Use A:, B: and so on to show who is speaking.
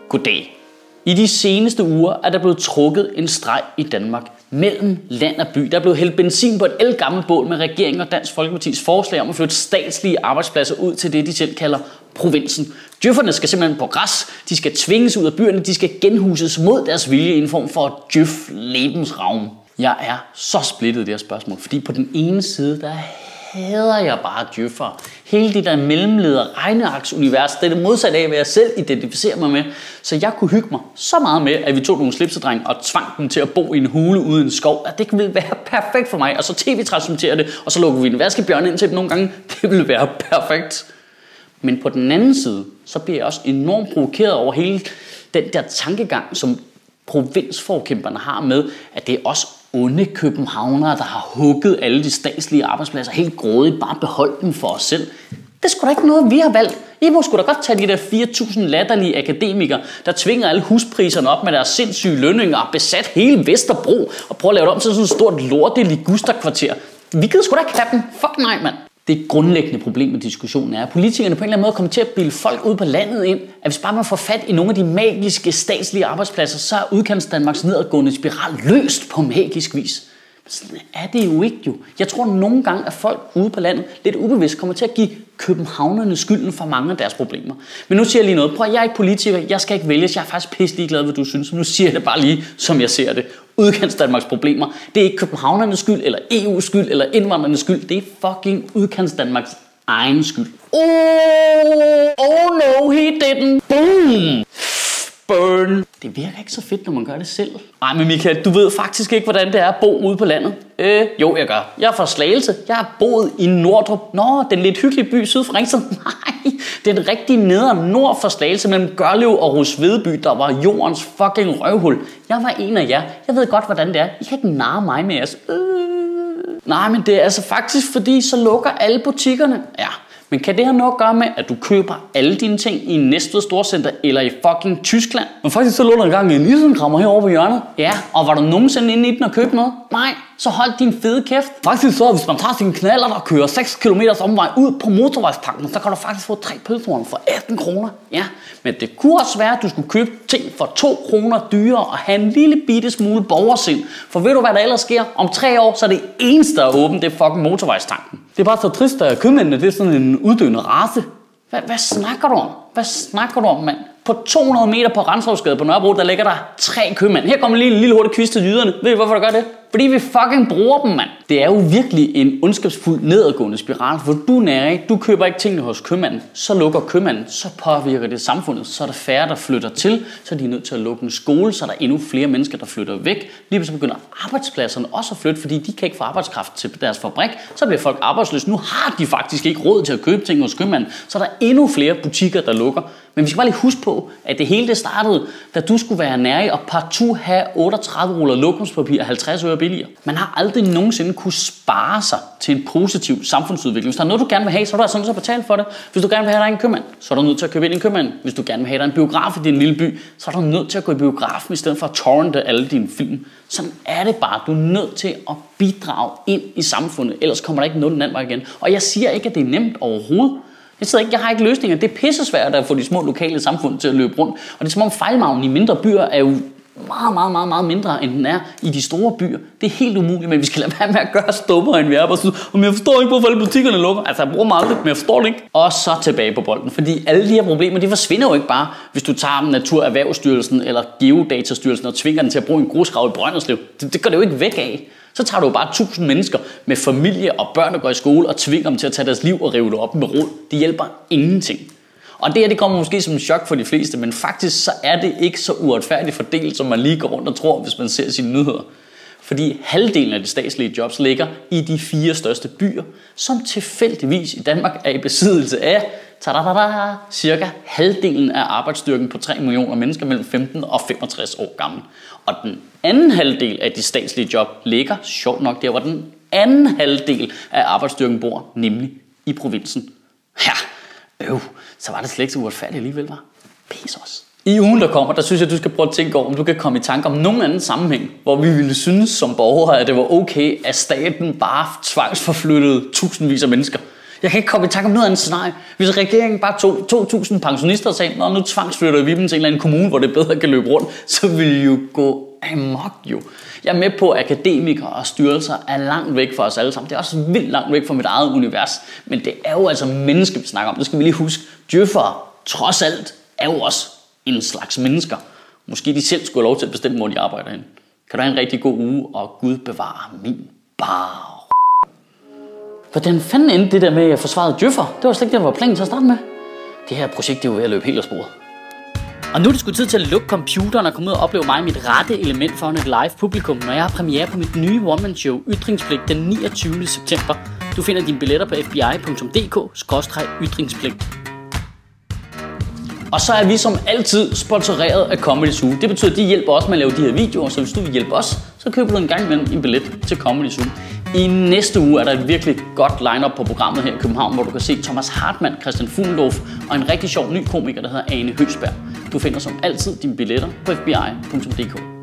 A: Goddag. I de seneste uger er der blevet trukket en streg i Danmark mellem land og by. Der er blevet hældt benzin på et ældgammelt bål med regeringen og Dansk Folkepartis forslag om at flytte statslige arbejdspladser ud til det, de selv kalder provinsen. Djøfferne skal simpelthen på græs, de skal tvinges ud af byerne, de skal genhuses mod deres vilje i en form for djøf-lebensraum. Jeg er så splittet i det her spørgsmål, fordi på den ene side, der hader jeg bare djøffere. Hele det der mellemleder regnearksunivers, det er det modsatte af, hvad jeg selv identificerer mig med. Så jeg kunne hygge mig så meget med, at vi tog nogle slipsedrenge og tvang dem til at bo i en hule ude i en skov, at det ville være perfekt for mig. Og så tv-transmitterer det, og så lukker vi en vaskebjørn ind til det nogle gange. Det ville være perfekt. Men på den anden side, så bliver jeg også enormt provokeret over hele den der tankegang, som provinsforkæmperne har med, at det er også onde københavnere, der har hugget alle de statslige arbejdspladser helt grådigt, bare beholdt dem for os selv. Det er sgu da ikke noget, vi har valgt. I må sgu da godt tage de der 4.000 latterlige akademikere, der tvinger alle huspriserne op med deres sindssyge lønninger og besat hele Vesterbro og prøve at lave det om til sådan et stort lorte ligusterkvarter. Vi gider sgu da ikke have dem. Fuck nej, mand. Det grundlæggende problem med diskussionen er, at politikerne på en eller anden måde kommer til at bilde folk ud på landet ind, at hvis bare man får fat i nogle af de magiske statslige arbejdspladser, så er udkants Danmarks nedadgående spiral løst på magisk vis. Men sådan er det jo ikke jo. Jeg tror nogle gange, at folk ude på landet lidt ubevidst kommer til at give københavnerne skylden for mange af deres problemer. Men nu siger jeg lige noget. Prøv, jeg er ikke politiker, jeg skal ikke vælges, jeg er faktisk pisselig glad, hvad du synes. Nu siger jeg det bare lige, som jeg ser det. Udkants Danmarks problemer, det er ikke københavnernes skyld, eller EU's skyld, eller indvandrernes skyld. Det er fucking udkants Danmarks egen skyld. Oh no, he didn't. Boom! Burn. Det virker ikke så fedt, når man gør det selv. Nej, men Michael, du ved faktisk ikke, hvordan det er at bo ude på landet. Jo, jeg gør. Jeg er fra Slagelse. Jeg har boet i Nordrup. Nå, den lidt hyggelige by syd for Ringsted. Nej, den rigtige nederen nord for Slagelse mellem Gørlev og Rosvedeby, der var jordens fucking røvhul. Jeg var en af jer. Jeg ved godt, hvordan det er. I kan ikke narre mig med jeres. Nej, men det er altså faktisk, fordi så lukker alle butikkerne. Ja. Men kan det have noget at gøre med, at du køber alle dine ting i Næstved Storcenter eller i fucking Tyskland? Men faktisk så lå der engang en isenkrammer herovre på hjørnet. Ja, og var du nogensinde inde i den og købe noget? Nej, så hold din fede kæft. Faktisk så, hvis man tager sin knaller og kører 6 km omvej ud på motorvejspakken, så kan du faktisk få 3 pølsehorn for 18 kroner. Ja, men det kunne også være, at du skulle købe ting for 2 kroner dyrere og have en lille bitte smule borgersind. For ved du, hvad der ellers sker? Om 3 år, så er det eneste, der er åbent, det er fucking motorvejstanken. Det er bare så trist, at købmændene, det er sådan en uddøende race. Hvad snakker du om? Hvad snakker du om, mand? På 200 meter på Renshavsgade på Nørrebro, der ligger der 3 købmænd. Her kommer lige en lille hurtig quiz til jyderne. Ved I, hvorfor der gør det? Fordi vi fucking bruger dem, mand. Det er jo virkelig en ondskabsfuld nedadgående spiral. For du nærer, du køber ikke tingene hos købmanden. Så lukker købmanden, så påvirker det samfundet. Så er der færre, der flytter til. Så er de nødt til at lukke en skole. Så er der endnu flere mennesker, der flytter væk. Lige så begynder arbejdspladserne også at flytte, fordi de kan ikke få arbejdskraft til deres fabrik. Så bliver folk arbejdsløse. Nu har de faktisk ikke råd til at købe ting hos købmanden. Så er der endnu flere butikker, der lukker. Men vi skal bare lige huske på, at det hele det startede, da du skulle være nærig og partout have 38 ruller lokumspapir 50 øre billigere. Man har aldrig nogensinde kunne spare sig til en positiv samfundsudvikling. Hvis der er noget, du gerne vil have, så er du altså nødt til at betale for det. Hvis du gerne vil have dig en købmand, så er du nødt til at købe ind i en købmand. Hvis du gerne vil have dig en biograf i din lille by, så er du nødt til at gå i biografen i stedet for at torrente alle dine film. Sådan er det bare. Du er nødt til at bidrage ind i samfundet, ellers kommer der ikke noget den anden vej igen. Og jeg siger ikke, at det er nemt overhovedet. Jeg har ikke løsninger. Det er pissesvært at få de små lokale samfund til at løbe rundt. Og det er som om fejlmargen i mindre byer er jo meget mindre, end den er i de store byer. Det er helt umuligt, men vi skal lade være med at gøre os dummere, end vi er. Og jeg forstår ikke, hvorfor alle butikkerne lukker. Altså, jeg bruger mig aldrig, men jeg forstår det ikke. Og så tilbage på bolden. Fordi alle de her problemer, de forsvinder jo ikke bare, hvis du tager Naturerhvervsstyrelsen eller Geodatastyrelsen og tvinger den til at bruge en grusgrav i Brønderslev. Det går det jo ikke væk af. Så tager du jo bare 1000 mennesker med familie og børn, der går i skole, og tvinger dem til at tage deres liv og rive det op med rod. Det hjælper ingenting. Og det her, det kommer måske som en chok for de fleste, men faktisk så er det ikke så uretfærdigt fordelt, som man lige går rundt og tror, hvis man ser sine nyheder. Fordi halvdelen af de statslige jobs ligger i de 4 største byer, som tilfældigvis i Danmark er i besiddelse af cirka halvdelen af arbejdsstyrken på 3 millioner mennesker mellem 15 og 65 år gammel. Og den anden halvdel af de statslige job ligger, sjovt nok, der hvor den anden halvdel af arbejdsstyrken bor, nemlig i provinsen. Ja, så var det slet ikke så uretfærdigt alligevel, var? Pis os. I ugen, der kommer, der synes jeg, du skal prøve at tænke over, om du kan komme i tanke om nogen anden sammenhæng, hvor vi ville synes som borgere, at det var okay, at staten bare tvangsforflyttede tusindvis af mennesker. Jeg kan ikke komme i tanke om noget andet scenarie. Hvis regeringen bare tog 2.000 pensionister og sagde, nu tvangsflytter vi dem til en eller anden kommune, hvor det bedre kan løbe rundt, så ville jo gå amok jo. Jeg er med på, at akademikere og styrelser er langt væk fra os alle sammen. Det er også vildt langt væk fra mit eget univers. Men det er jo altså mennesker, vi snakker om. Det skal vi lige huske. Djøffere, trods alt, er jo også en slags mennesker. Måske de selv skulle have lov til at bestemme, hvor de arbejder hen. Kan du have en rigtig god uge, og Gud bevare min bar. Hvordan fanden endte det der med at forsvare djøffer? Det var slet ikke det, der var planen til at starte med. Det her projekt det er jo ved at løbe helt af sporet. Og nu er det sgu tid til at lukke computeren og komme ud og opleve mig i mit rette element foran et live publikum, når jeg har premiere på mit nye one-man-show Ytringspligt den 29. september. Du finder dine billetter på fbi.dk/ytringspligt. Og så er vi som altid sponsoreret af Comedy Zoo. Det betyder, at de hjælper os med at lave de her videoer, så hvis du vil hjælpe os, så køber du en gang imellem en billet til Comedy Zoo. I næste uge er der et virkelig godt line-up på programmet her i København, hvor du kan se Thomas Hartmann, Christian Fuglendorf og en rigtig sjov ny komiker, der hedder Ane Høgsberg. Du finder som altid dine billetter på fbi.dk.